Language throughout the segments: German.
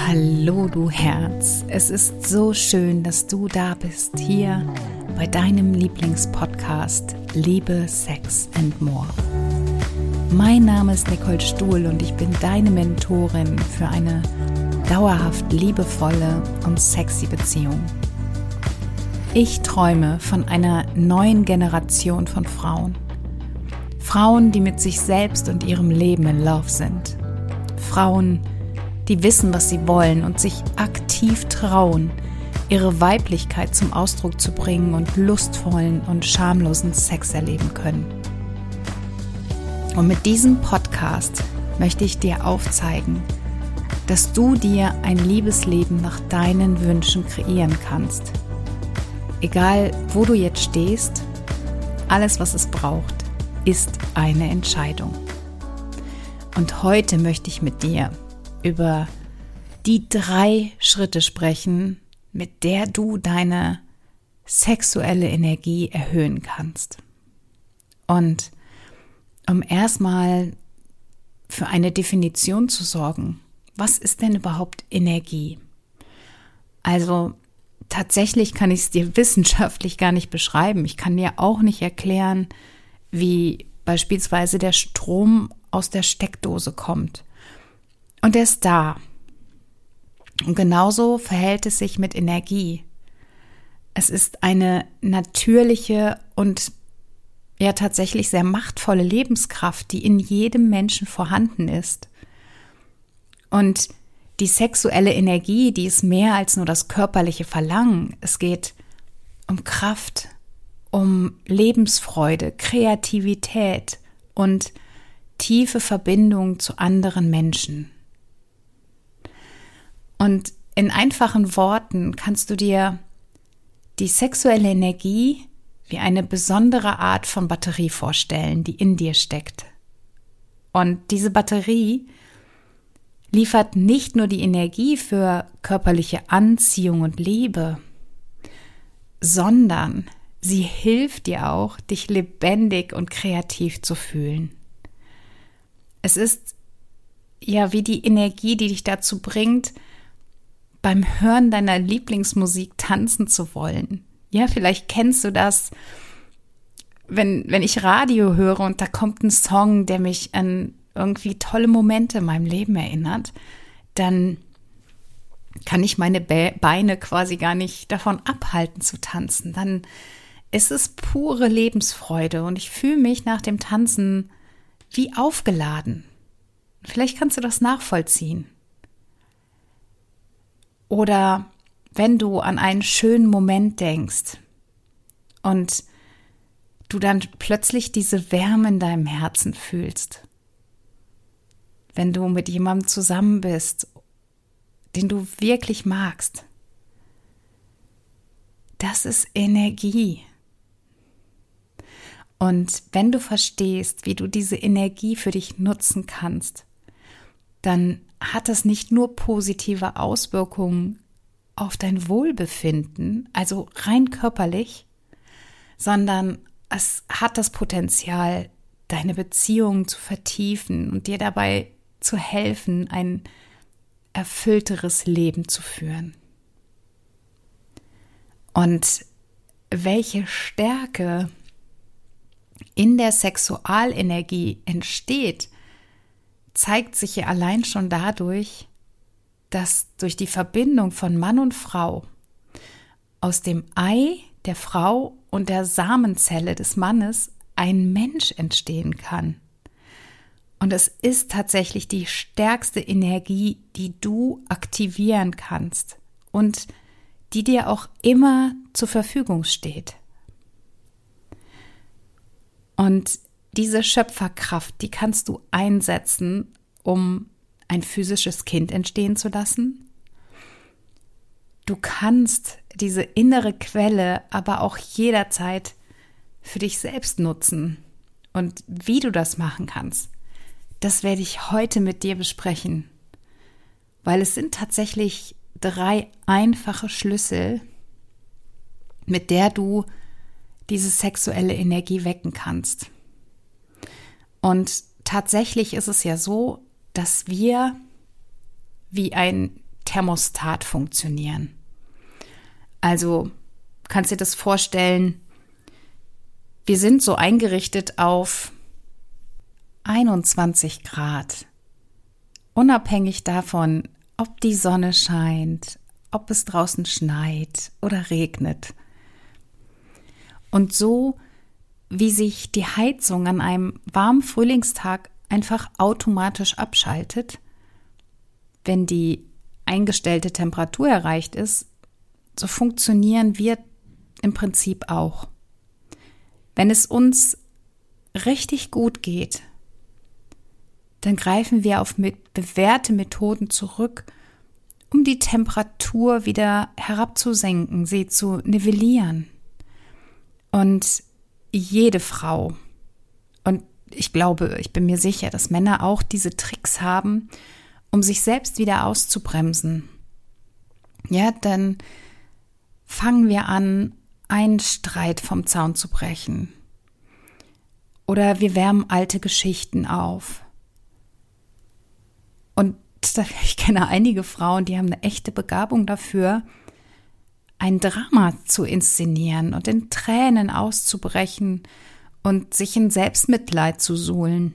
Hallo du Herz, es ist so schön, dass du da bist, hier bei deinem Lieblingspodcast Liebe, Sex and More. Mein Name ist Nicole Stuhl und ich bin deine Mentorin für eine dauerhaft liebevolle und sexy Beziehung. Ich träume von einer neuen Generation von Frauen. Frauen, die mit sich selbst und ihrem Leben in Love sind. Frauen, die wissen, was sie wollen und sich aktiv trauen, ihre Weiblichkeit zum Ausdruck zu bringen und lustvollen und schamlosen Sex erleben können. Und mit diesem Podcast möchte ich dir aufzeigen, dass du dir ein Liebesleben nach deinen Wünschen kreieren kannst. Egal, wo du jetzt stehst, alles, was es braucht, ist eine Entscheidung. Und heute möchte ich mit dir über die 3 Schritte sprechen, mit der du deine sexuelle Energie erhöhen kannst. Und um erstmal für eine Definition zu sorgen, was ist denn überhaupt Energie? Also tatsächlich kann ich es dir wissenschaftlich gar nicht beschreiben. Ich kann dir auch nicht erklären, wie beispielsweise der Strom aus der Steckdose kommt. Und er ist da. Und genauso verhält es sich mit Energie. Es ist eine natürliche und ja tatsächlich sehr machtvolle Lebenskraft, die in jedem Menschen vorhanden ist. Und die sexuelle Energie, die ist mehr als nur das körperliche Verlangen. Es geht um Kraft, um Lebensfreude, Kreativität und tiefe Verbindung zu anderen Menschen. Und in einfachen Worten kannst du dir die sexuelle Energie wie eine besondere Art von Batterie vorstellen, die in dir steckt. Und diese Batterie liefert nicht nur die Energie für körperliche Anziehung und Liebe, sondern sie hilft dir auch, dich lebendig und kreativ zu fühlen. Es ist ja wie die Energie, die dich dazu bringt, beim Hören deiner Lieblingsmusik tanzen zu wollen. Ja, vielleicht kennst du das, wenn ich Radio höre und da kommt ein Song, der mich an irgendwie tolle Momente in meinem Leben erinnert, dann kann ich meine Beine quasi gar nicht davon abhalten zu tanzen. Dann ist es pure Lebensfreude und ich fühle mich nach dem Tanzen wie aufgeladen. Vielleicht kannst du das nachvollziehen. Oder wenn du an einen schönen Moment denkst und du dann plötzlich diese Wärme in deinem Herzen fühlst. Wenn du mit jemandem zusammen bist, den du wirklich magst. Das ist Energie. Und wenn du verstehst, wie du diese Energie für dich nutzen kannst, dann hat das nicht nur positive Auswirkungen auf dein Wohlbefinden, also rein körperlich, sondern es hat das Potenzial, deine Beziehung zu vertiefen und dir dabei zu helfen, ein erfüllteres Leben zu führen. Und welche Stärke in der Sexualenergie entsteht, zeigt sich ja allein schon dadurch, dass durch die Verbindung von Mann und Frau aus dem Ei der Frau und der Samenzelle des Mannes ein Mensch entstehen kann. Und es ist tatsächlich die stärkste Energie, die du aktivieren kannst und die dir auch immer zur Verfügung steht. Und diese Schöpferkraft, die kannst du einsetzen, um ein physisches Kind entstehen zu lassen. Du kannst diese innere Quelle aber auch jederzeit für dich selbst nutzen. Und wie du das machen kannst, das werde ich heute mit dir besprechen. Weil es sind tatsächlich 3 einfache Schlüssel, mit der du diese sexuelle Energie wecken kannst. Und tatsächlich ist es ja so, dass wir wie ein Thermostat funktionieren. Also kannst dir das vorstellen, wir sind so eingerichtet auf 21 Grad. Unabhängig davon, ob die Sonne scheint, ob es draußen schneit oder regnet. Und so, wie sich die Heizung an einem warmen Frühlingstag einfach automatisch abschaltet, wenn die eingestellte Temperatur erreicht ist, so funktionieren wir im Prinzip auch. Wenn es uns richtig gut geht, dann greifen wir auf bewährte Methoden zurück, um die Temperatur wieder herabzusenken, sie zu nivellieren. Und jede Frau, und ich bin mir sicher, dass Männer auch diese Tricks haben, um sich selbst wieder auszubremsen. Ja, dann fangen wir an, einen Streit vom Zaun zu brechen. Oder wir wärmen alte Geschichten auf. Und ich kenne einige Frauen, die haben eine echte Begabung dafür, ein Drama zu inszenieren und in Tränen auszubrechen und sich in Selbstmitleid zu suhlen.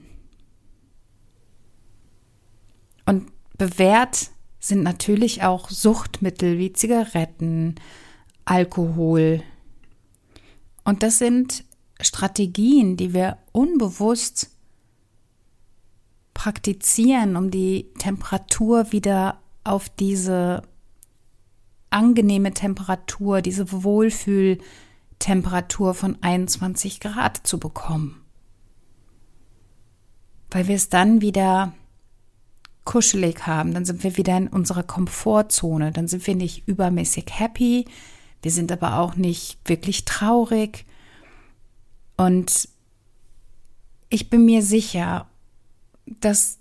Und bewährt sind natürlich auch Suchtmittel wie Zigaretten, Alkohol. Und das sind Strategien, die wir unbewusst praktizieren, um die Temperatur wieder auf diese angenehme Temperatur, diese Wohlfühltemperatur von 21 Grad zu bekommen. Weil wir es dann wieder kuschelig haben, dann sind wir wieder in unserer Komfortzone, dann sind wir nicht übermäßig happy, wir sind aber auch nicht wirklich traurig. Und ich bin mir sicher, dass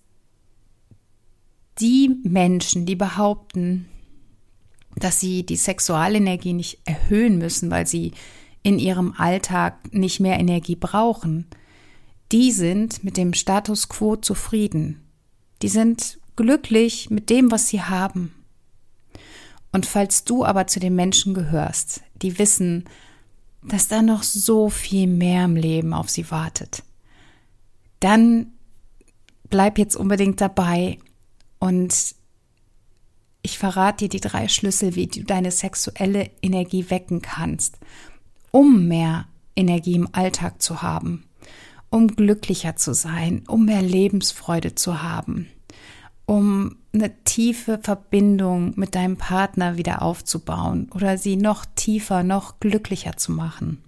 die Menschen, die behaupten, dass sie die Sexualenergie nicht erhöhen müssen, weil sie in ihrem Alltag nicht mehr Energie brauchen, die sind mit dem Status quo zufrieden. Die sind glücklich mit dem, was sie haben. Und falls du aber zu den Menschen gehörst, die wissen, dass da noch so viel mehr im Leben auf sie wartet, dann bleib jetzt unbedingt dabei und ich verrate dir die 3 Schlüssel, wie du deine sexuelle Energie wecken kannst, um mehr Energie im Alltag zu haben, um glücklicher zu sein, um mehr Lebensfreude zu haben, um eine tiefe Verbindung mit deinem Partner wieder aufzubauen oder sie noch tiefer, noch glücklicher zu machen.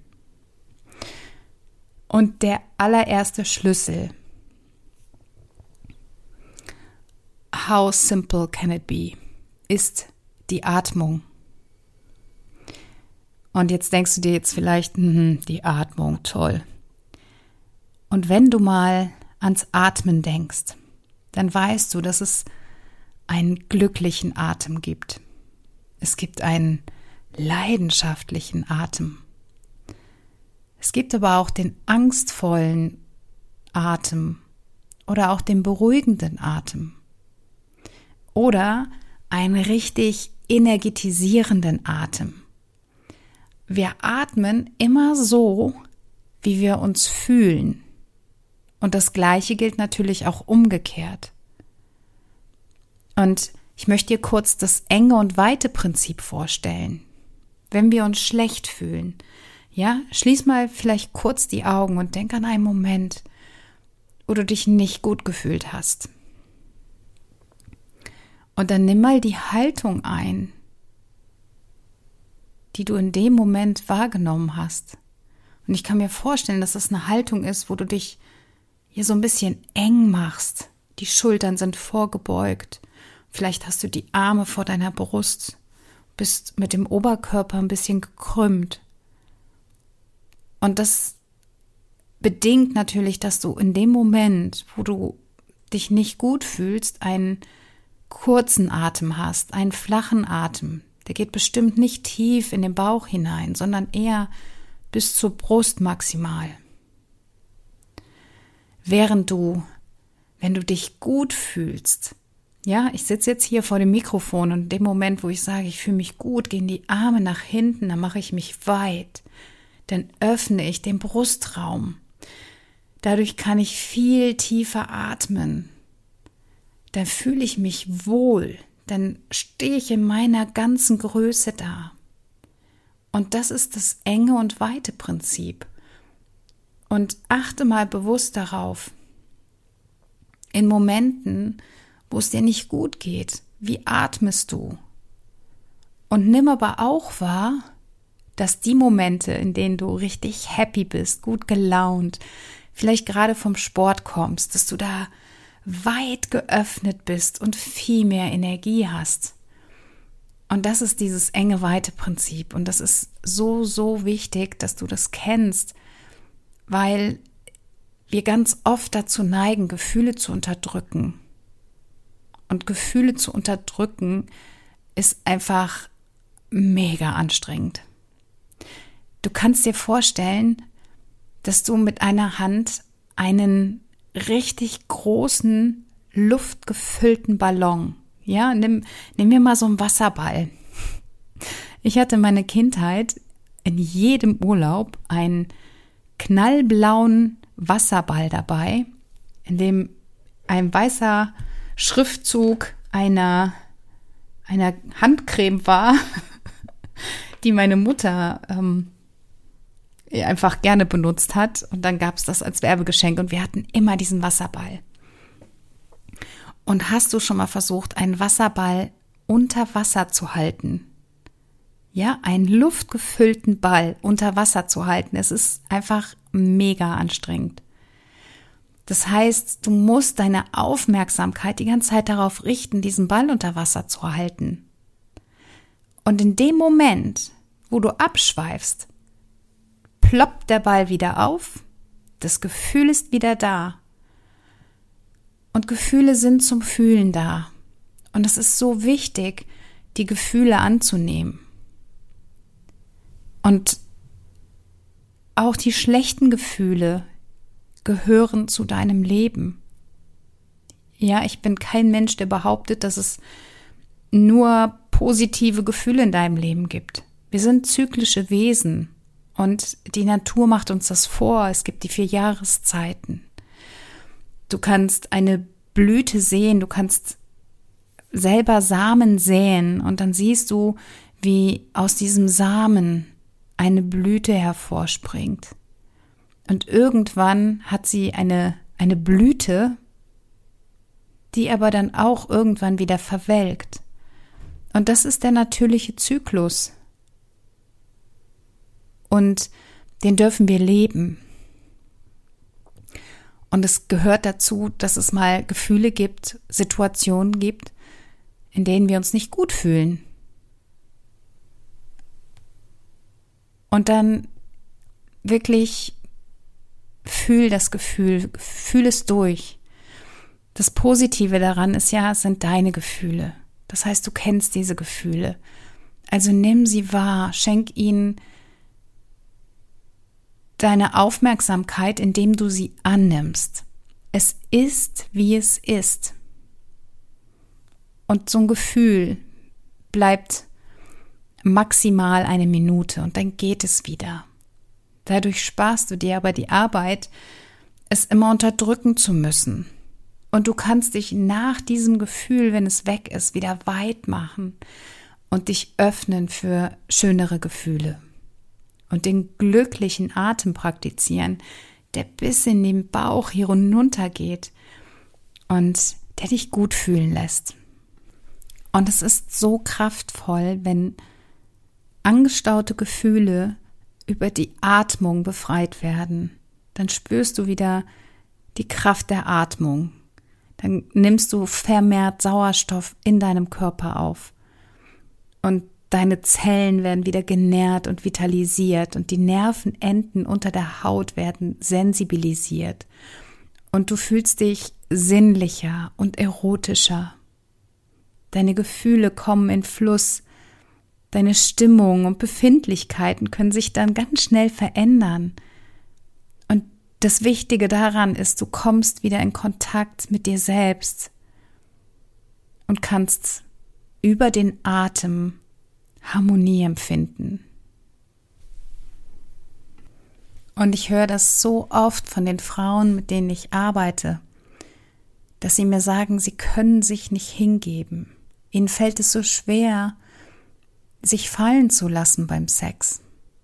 Und der allererste Schlüssel: How simple can it be? Ist die Atmung. Und jetzt denkst du dir jetzt vielleicht, die Atmung, toll. Und wenn du mal ans Atmen denkst, dann weißt du, dass es einen glücklichen Atem gibt. Es gibt einen leidenschaftlichen Atem. Es gibt aber auch den angstvollen Atem oder auch den beruhigenden Atem. Oder einen richtig energetisierenden Atem. Wir atmen immer so, wie wir uns fühlen. Und das Gleiche gilt natürlich auch umgekehrt. Und ich möchte dir kurz das Enge- und Weite-Prinzip vorstellen. Wenn wir uns schlecht fühlen, ja, schließ mal vielleicht kurz die Augen und denk an einen Moment, wo du dich nicht gut gefühlt hast. Und dann nimm mal die Haltung ein, die du in dem Moment wahrgenommen hast. Und ich kann mir vorstellen, dass das eine Haltung ist, wo du dich hier so ein bisschen eng machst. Die Schultern sind vorgebeugt. Vielleicht hast du die Arme vor deiner Brust, bist mit dem Oberkörper ein bisschen gekrümmt. Und das bedingt natürlich, dass du in dem Moment, wo du dich nicht gut fühlst, einen kurzen Atem hast, einen flachen Atem. Der geht bestimmt nicht tief in den Bauch hinein, sondern eher bis zur Brust maximal. Während du, wenn du dich gut fühlst, Ja, ich sitze jetzt hier vor dem Mikrofon und in dem Moment, wo ich sage, ich fühle mich gut, gehen die Arme nach hinten, dann mache ich mich weit, dann öffne ich den Brustraum. Dadurch kann ich viel tiefer atmen. Dann fühle ich mich wohl, dann stehe ich in meiner ganzen Größe da. Und das ist das Enge und Weite Prinzip. Und achte mal bewusst darauf, in Momenten, wo es dir nicht gut geht, wie atmest du? Und nimm aber auch wahr, dass die Momente, in denen du richtig happy bist, gut gelaunt, vielleicht gerade vom Sport kommst, dass du da weit geöffnet bist und viel mehr Energie hast. Und das ist dieses Enge-Weite-Prinzip. Und das ist so, so wichtig, dass du das kennst, weil wir ganz oft dazu neigen, Gefühle zu unterdrücken. Und Gefühle zu unterdrücken ist einfach mega anstrengend. Du kannst dir vorstellen, dass du mit einer Hand einen richtig großen, luftgefüllten Ballon, ja, nimm mir mal so einen Wasserball. Ich hatte meine Kindheit in jedem Urlaub einen knallblauen Wasserball dabei, in dem ein weißer Schriftzug einer Handcreme war, die meine Mutter einfach gerne benutzt hat. Und dann gab es das als Werbegeschenk und wir hatten immer diesen Wasserball. Und hast du schon mal versucht, einen Wasserball unter Wasser zu halten? Ja, einen luftgefüllten Ball unter Wasser zu halten. Es ist einfach mega anstrengend. Das heißt, du musst deine Aufmerksamkeit die ganze Zeit darauf richten, diesen Ball unter Wasser zu halten. Und in dem Moment, wo du abschweifst, ploppt der Ball wieder auf, das Gefühl ist wieder da. Und Gefühle sind zum Fühlen da. Und es ist so wichtig, die Gefühle anzunehmen. Und auch die schlechten Gefühle gehören zu deinem Leben. Ja, ich bin kein Mensch, der behauptet, dass es nur positive Gefühle in deinem Leben gibt. Wir sind zyklische Wesen und die Natur macht uns das vor. Es gibt die 4 Jahreszeiten. Du kannst eine Blüte sehen, du kannst selber Samen säen und dann siehst du, wie aus diesem Samen eine Blüte hervorspringt. Und irgendwann hat sie eine Blüte, die aber dann auch irgendwann wieder verwelkt. Und das ist der natürliche Zyklus. Und den dürfen wir leben. Und es gehört dazu, dass es mal Gefühle gibt, Situationen gibt, in denen wir uns nicht gut fühlen. Und dann wirklich fühl das Gefühl, fühl es durch. Das Positive daran ist ja, es sind deine Gefühle. Das heißt, du kennst diese Gefühle. Also nimm sie wahr, schenk ihnen deine Aufmerksamkeit, indem du sie annimmst. Es ist, wie es ist. Und so ein Gefühl bleibt maximal 1 Minute und dann geht es wieder. Dadurch sparst du dir aber die Arbeit, es immer unterdrücken zu müssen. Und du kannst dich nach diesem Gefühl, wenn es weg ist, wieder weit machen und dich öffnen für schönere Gefühle. Und den glücklichen Atem praktizieren, der bis in den Bauch hier hinunter geht und der dich gut fühlen lässt. Und es ist so kraftvoll, wenn angestaute Gefühle über die Atmung befreit werden. Dann spürst du wieder die Kraft der Atmung. Dann nimmst du vermehrt Sauerstoff in deinem Körper auf. Und deine Zellen werden wieder genährt und vitalisiert und die Nervenenden unter der Haut werden sensibilisiert. Und du fühlst dich sinnlicher und erotischer. Deine Gefühle kommen in Fluss. Deine Stimmung und Befindlichkeiten können sich dann ganz schnell verändern. Und das Wichtige daran ist, du kommst wieder in Kontakt mit dir selbst. und kannst über den Atem Harmonie empfinden. Und ich höre das so oft von den Frauen, mit denen ich arbeite, dass sie mir sagen, sie können sich nicht hingeben. Ihnen fällt es so schwer, sich fallen zu lassen beim Sex.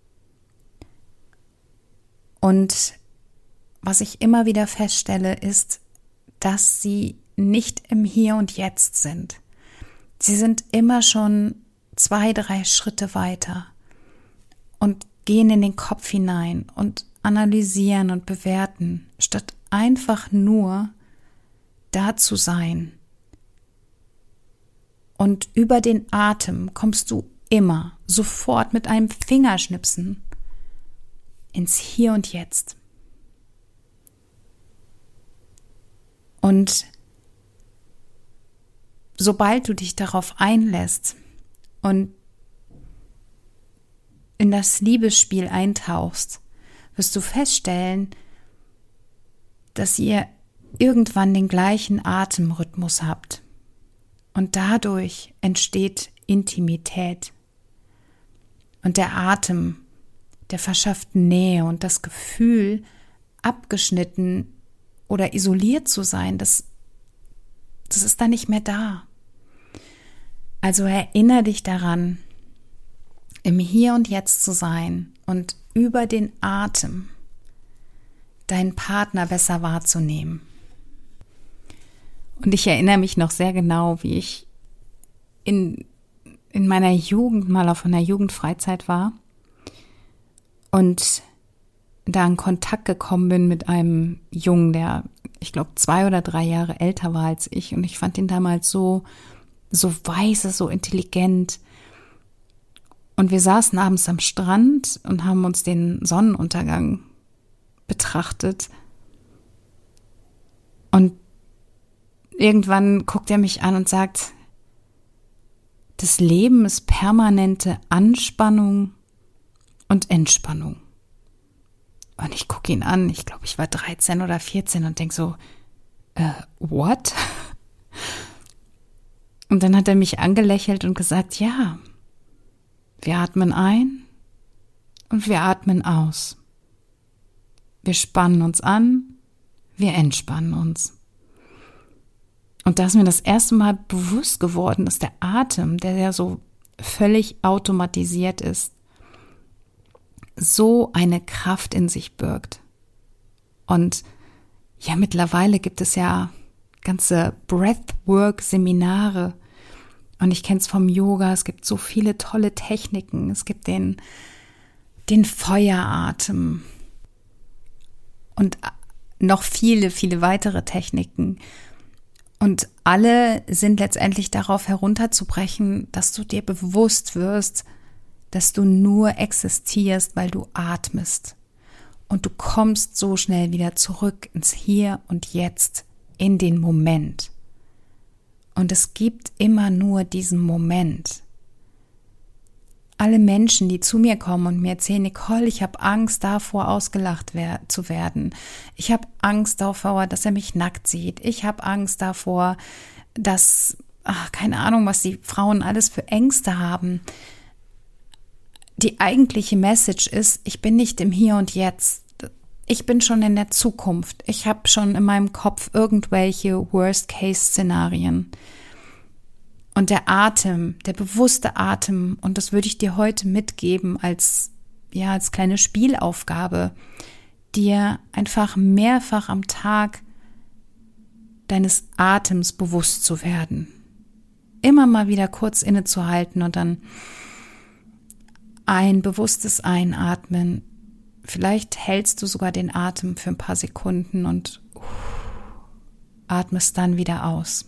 Und was ich immer wieder feststelle, ist, dass sie nicht im Hier und Jetzt sind. Sie sind immer schon 2, 3 Schritte weiter und gehen in den Kopf hinein und analysieren und bewerten, statt einfach nur da zu sein. Und über den Atem kommst du immer, sofort mit einem Fingerschnipsen ins Hier und Jetzt. Und sobald du dich darauf einlässt und in das Liebesspiel eintauchst, wirst du feststellen, dass ihr irgendwann den gleichen Atemrhythmus habt. Und dadurch entsteht Intimität. Und der Atem, der verschafft Nähe und das Gefühl, abgeschnitten oder isoliert zu sein, das ist dann nicht mehr da. Also erinnere dich daran, im Hier und Jetzt zu sein und über den Atem deinen Partner besser wahrzunehmen. Und ich erinnere mich noch sehr genau, wie ich in meiner Jugend mal auf einer Jugendfreizeit war und da in Kontakt gekommen bin mit einem Jungen, der, ich glaube, 2 oder 3 Jahre älter war als ich. Und ich fand ihn damals so weise, so intelligent. Und wir saßen abends am Strand und haben uns den Sonnenuntergang betrachtet. Und irgendwann guckt er mich an und sagt, das Leben ist permanente Anspannung und Entspannung. Und ich gucke ihn an, ich glaube, ich war 13 oder 14 und denke so, what? Und dann hat er mich angelächelt und gesagt, ja, wir atmen ein und wir atmen aus. Wir spannen uns an, wir entspannen uns. Und da ist mir das erste Mal bewusst geworden, dass der Atem, der ja so völlig automatisiert ist, so eine Kraft in sich birgt. Und ja, mittlerweile gibt es ja ganze Breathwork-Seminare. Und ich kenne es vom Yoga, es gibt so viele tolle Techniken. Es gibt den Feueratem und noch viele, viele weitere Techniken. Und alle sind letztendlich darauf herunterzubrechen, dass du dir bewusst wirst, dass du nur existierst, weil du atmest. Und du kommst so schnell wieder zurück ins Hier und Jetzt, in den Moment. Und es gibt immer nur diesen Moment. Alle Menschen, die zu mir kommen und mir erzählen, Nicole, ich habe Angst davor, ausgelacht zu werden. Ich habe Angst davor, dass er mich nackt sieht. Ich habe Angst davor, dass, keine Ahnung, was die Frauen alles für Ängste haben. Die eigentliche Message ist, ich bin nicht im Hier und Jetzt. Ich bin schon in der Zukunft. Ich habe schon in meinem Kopf irgendwelche Worst-Case-Szenarien. Und der Atem, der bewusste Atem, und das würde ich dir heute mitgeben als kleine Spielaufgabe, dir einfach mehrfach am Tag deines Atems bewusst zu werden. Immer mal wieder kurz innezuhalten und dann ein bewusstes Einatmen. Vielleicht hältst du sogar den Atem für ein paar Sekunden und atmest dann wieder aus.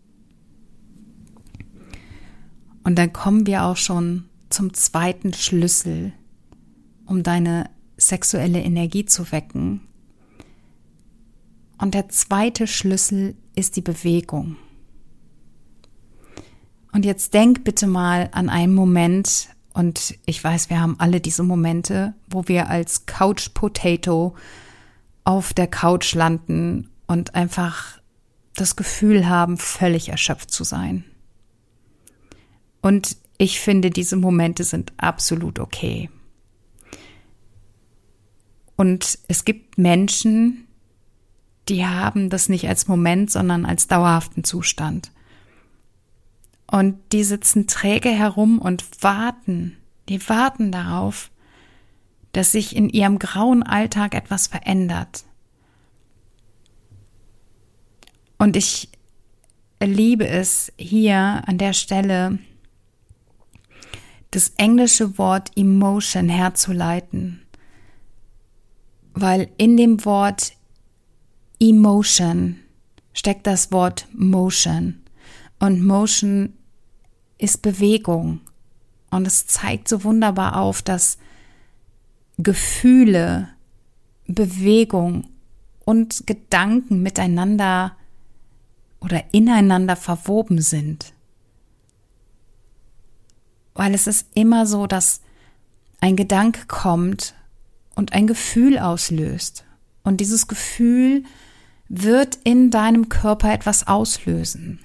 Und dann kommen wir auch schon zum zweiten Schlüssel, um deine sexuelle Energie zu wecken. Und der zweite Schlüssel ist die Bewegung. Und jetzt denk bitte mal an einen Moment, und ich weiß, wir haben alle diese Momente, wo wir als Couch Potato auf der Couch landen und einfach das Gefühl haben, völlig erschöpft zu sein. Und ich finde, diese Momente sind absolut okay. Und es gibt Menschen, die haben das nicht als Moment, sondern als dauerhaften Zustand. Und die sitzen träge herum und warten. Die warten darauf, dass sich in ihrem grauen Alltag etwas verändert. Und ich liebe es hier an der Stelle, das englische Wort Emotion herzuleiten, weil in dem Wort Emotion steckt das Wort Motion und Motion ist Bewegung und es zeigt so wunderbar auf, dass Gefühle, Bewegung und Gedanken miteinander oder ineinander verwoben sind. Weil es ist immer so, dass ein Gedanke kommt und ein Gefühl auslöst. Und dieses Gefühl wird in deinem Körper etwas auslösen.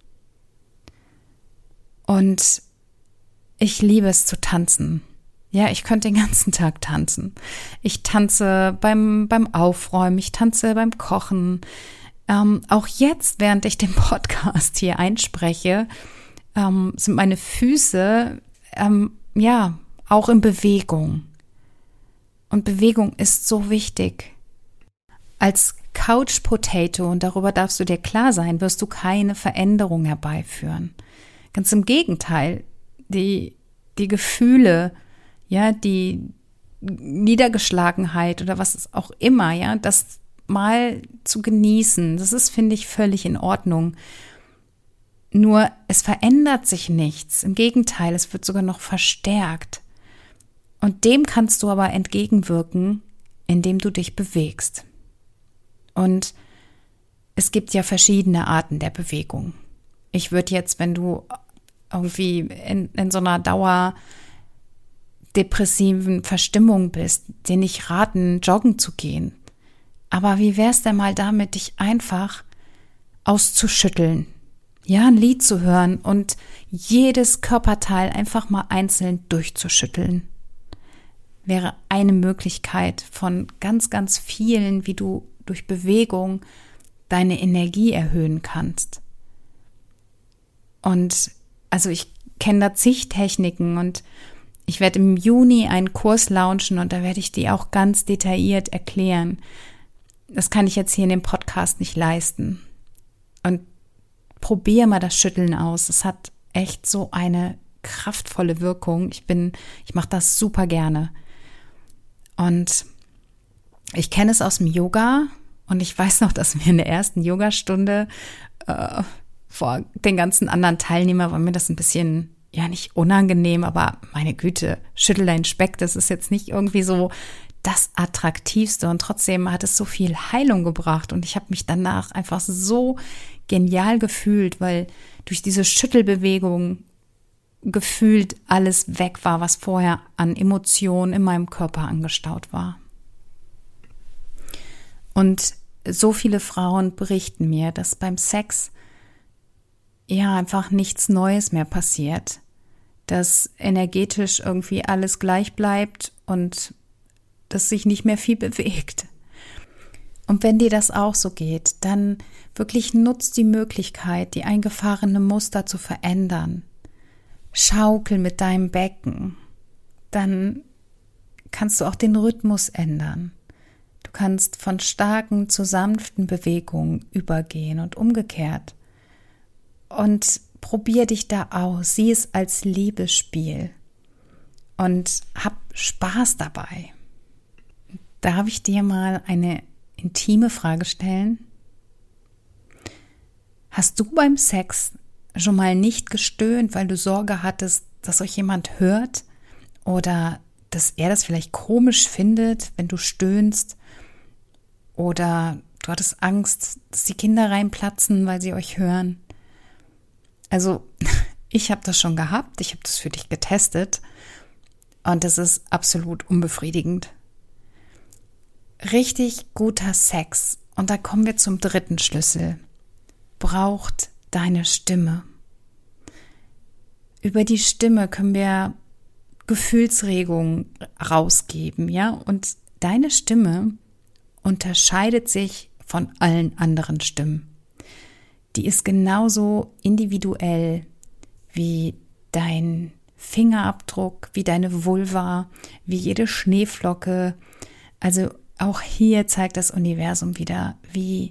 Und ich liebe es zu tanzen. Ja, ich könnte den ganzen Tag tanzen. Ich tanze beim Aufräumen, ich tanze beim Kochen. Auch jetzt, während ich den Podcast hier einspreche, sind meine Füße auch in Bewegung. Und Bewegung ist so wichtig. Als Couch Potato, und darüber darfst du dir klar sein, wirst du keine Veränderung herbeiführen. Ganz im Gegenteil, die Gefühle, ja, die Niedergeschlagenheit oder was auch immer, ja, das mal zu genießen, das ist, finde ich, völlig in Ordnung. Nur es verändert sich nichts. Im Gegenteil, es wird sogar noch verstärkt. Und dem kannst du aber entgegenwirken, indem du dich bewegst. Und es gibt ja verschiedene Arten der Bewegung. Ich würde jetzt, wenn du irgendwie in so einer dauerdepressiven Verstimmung bist, dir nicht raten, joggen zu gehen. Aber wie wär's denn mal damit, dich einfach auszuschütteln? Ja, ein Lied zu hören und jedes Körperteil einfach mal einzeln durchzuschütteln. Wäre eine Möglichkeit von ganz, ganz vielen, wie du durch Bewegung deine Energie erhöhen kannst. Und also ich kenne da zig Techniken und ich werde im Juni einen Kurs launchen und da werde ich die auch ganz detailliert erklären. Das kann ich jetzt hier in dem Podcast nicht leisten. Und probier mal das Schütteln aus. Es hat echt so eine kraftvolle Wirkung. Ich mache das super gerne. Und ich kenne es aus dem Yoga und ich weiß noch, dass mir in der ersten Yogastunde vor den ganzen anderen Teilnehmern war mir das ein bisschen, ja, nicht unangenehm, aber meine Güte, schüttel deinen Speck, das ist jetzt nicht irgendwie so das Attraktivste und trotzdem hat es so viel Heilung gebracht und ich habe mich danach einfach so genial gefühlt, weil durch diese Schüttelbewegung gefühlt alles weg war, was vorher an Emotionen in meinem Körper angestaut war. Und so viele Frauen berichten mir, dass beim Sex ja einfach nichts Neues mehr passiert, dass energetisch irgendwie alles gleich bleibt und dass sich nicht mehr viel bewegt. Und wenn dir das auch so geht, dann wirklich nutzt die Möglichkeit, die eingefahrenen Muster zu verändern. Schaukel mit deinem Becken, dann kannst du auch den Rhythmus ändern. Du kannst von starken zu sanften Bewegungen übergehen und umgekehrt. Und probier dich da aus, sieh es als Liebesspiel und hab Spaß dabei. Darf ich dir mal eine intime Frage stellen? Hast du beim Sex schon mal nicht gestöhnt, weil du Sorge hattest, dass euch jemand hört oder dass er das vielleicht komisch findet, wenn du stöhnst, oder du hattest Angst, dass die Kinder reinplatzen, weil sie euch hören? Also ich habe das schon gehabt, ich habe das für dich getestet und das ist absolut unbefriedigend. Richtig guter Sex, und da kommen wir zum dritten Schlüssel, braucht deine Stimme. Über die Stimme können wir Gefühlsregungen rausgeben, ja? Und deine Stimme unterscheidet sich von allen anderen Stimmen. Die ist genauso individuell wie dein Fingerabdruck, wie deine Vulva, wie jede Schneeflocke. Also auch hier zeigt das Universum wieder, wie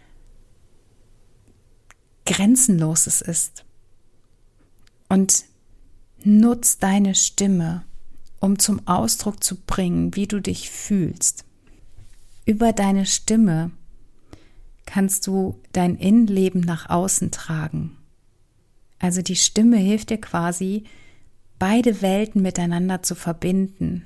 grenzenlos es ist. Und nutz deine Stimme, um zum Ausdruck zu bringen, wie du dich fühlst. Über deine Stimme kannst du dein Innenleben nach außen tragen. Also die Stimme hilft dir quasi, beide Welten miteinander zu verbinden.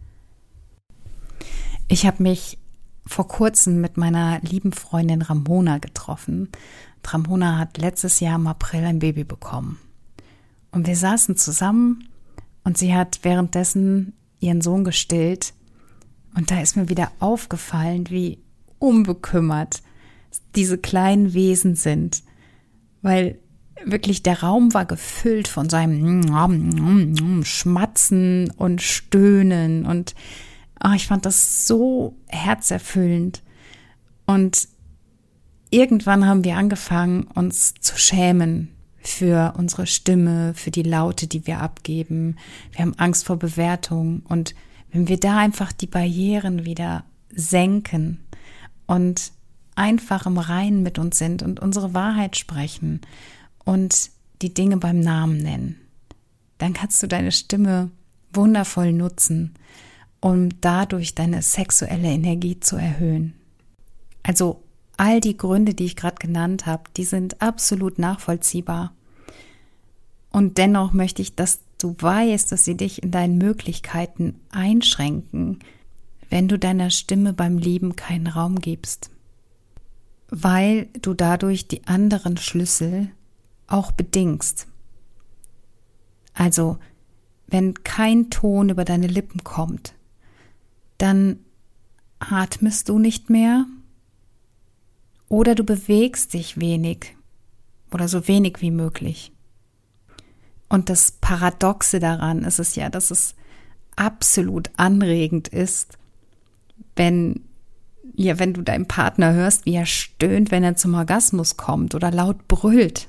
Ich habe mich vor kurzem mit meiner lieben Freundin Ramona getroffen. Ramona hat letztes Jahr im April ein Baby bekommen. Und wir saßen zusammen und sie hat währenddessen ihren Sohn gestillt. Und da ist mir wieder aufgefallen, wie unbekümmert diese kleinen Wesen sind. Weil wirklich der Raum war gefüllt von seinem Schmatzen und Stöhnen. Und ich fand das so herzerfüllend. Und irgendwann haben wir angefangen, uns zu schämen für unsere Stimme, für die Laute, die wir abgeben. Wir haben Angst vor Bewertung. Und wenn wir da einfach die Barrieren wieder senken und einfach im Reinen mit uns sind und unsere Wahrheit sprechen und die Dinge beim Namen nennen, dann kannst du deine Stimme wundervoll nutzen, um dadurch deine sexuelle Energie zu erhöhen. Also all die Gründe, die ich gerade genannt habe, die sind absolut nachvollziehbar. Und dennoch möchte ich, dass du weißt, dass sie dich in deinen Möglichkeiten einschränken, wenn du deiner Stimme beim Lieben keinen Raum gibst. Weil du dadurch die anderen Schlüssel auch bedingst. Also, wenn kein Ton über deine Lippen kommt, dann atmest du nicht mehr oder du bewegst dich wenig oder so wenig wie möglich. Und das Paradoxe daran ist es ja, dass es absolut anregend ist, wenn du deinen Partner hörst, wie er stöhnt, wenn er zum Orgasmus kommt oder laut brüllt.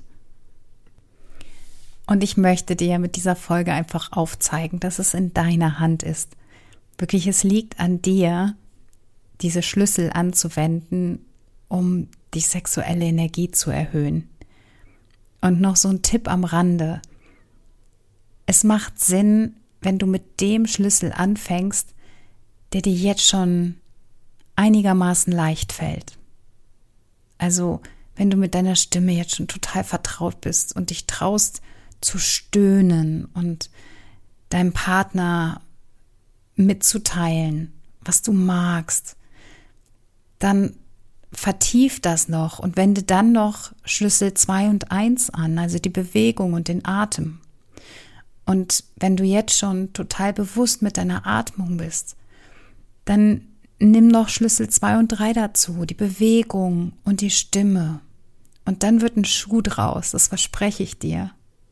Und ich möchte dir mit dieser Folge einfach aufzeigen, dass es in deiner Hand ist. Wirklich, es liegt an dir, diese Schlüssel anzuwenden, um die sexuelle Energie zu erhöhen. Und noch so ein Tipp am Rande. Es macht Sinn, wenn du mit dem Schlüssel anfängst, der dir jetzt schon einigermaßen leicht fällt. Also, wenn du mit deiner Stimme jetzt schon total vertraut bist und dich traust zu stöhnen und deinem Partner mitzuteilen, was du magst, dann vertief das noch und wende dann noch Schlüssel 2 und 1 an, also die Bewegung und den Atem. Und wenn du jetzt schon total bewusst mit deiner Atmung bist, dann nimm noch Schlüssel 2 und 3 dazu, die Bewegung und die Stimme. Und dann wird ein Schuh draus, das verspreche ich dir.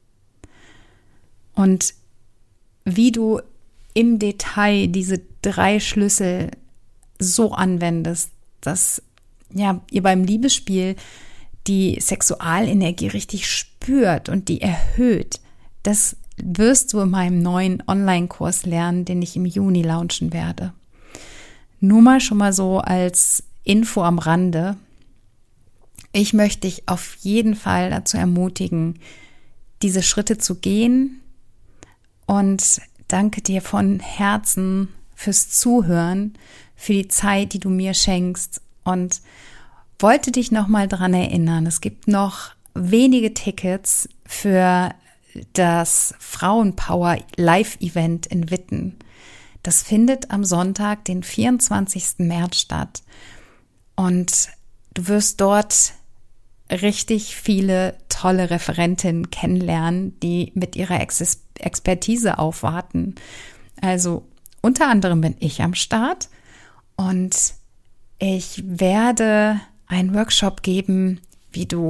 Und wie du im Detail diese 3 Schlüssel so anwendest, dass ihr beim Liebesspiel die Sexualenergie richtig spürt und die erhöht, das wirst du in meinem neuen Online-Kurs lernen, den ich im Juni launchen werde. Nur mal schon mal so als Info am Rande. Ich möchte dich auf jeden Fall dazu ermutigen, diese Schritte zu gehen, und danke dir von Herzen fürs Zuhören, für die Zeit, die du mir schenkst, und wollte dich nochmal dran erinnern, es gibt noch wenige Tickets für das Frauenpower Live-Event in Witten. Das findet am Sonntag, den 24. März statt. Und du wirst dort richtig viele tolle Referentinnen kennenlernen, die mit ihrer Expertise aufwarten. Also unter anderem bin ich am Start und ich werde einen Workshop geben, wie du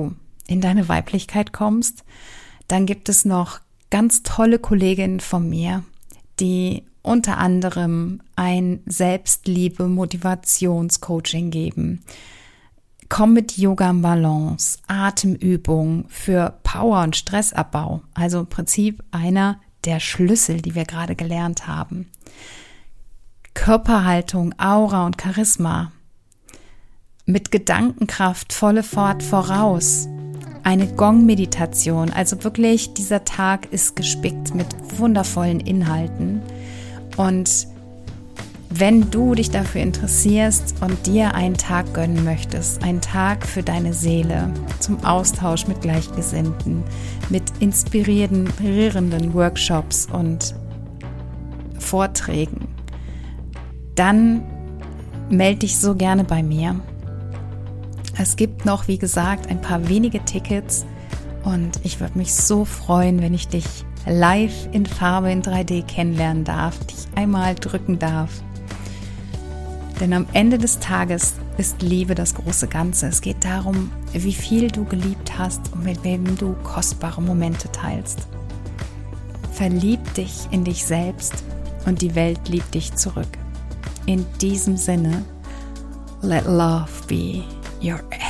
in deine Weiblichkeit kommst, dann gibt es noch ganz tolle Kolleginnen von mir, die unter anderem ein Selbstliebe-Motivationscoaching geben. Komm mit Yoga in Balance, Atemübungen für Power- und Stressabbau. Also im Prinzip einer der Schlüssel, die wir gerade gelernt haben. Körperhaltung, Aura und Charisma. Mit Gedankenkraft volle Fahrt voraus. Eine Gong-Meditation, also wirklich dieser Tag ist gespickt mit wundervollen Inhalten. Und wenn du dich dafür interessierst und dir einen Tag gönnen möchtest, einen Tag für deine Seele, zum Austausch mit Gleichgesinnten, mit inspirierenden Workshops und Vorträgen, dann melde dich so gerne bei mir. Es gibt noch, wie gesagt, ein paar wenige Tickets und ich würde mich so freuen, wenn ich dich live in Farbe in 3D kennenlernen darf, dich einmal drücken darf. Denn am Ende des Tages ist Liebe das große Ganze. Es geht darum, wie viel du geliebt hast und mit wem du kostbare Momente teilst. Verlieb dich in dich selbst und die Welt liebt dich zurück. In diesem Sinne, let love be your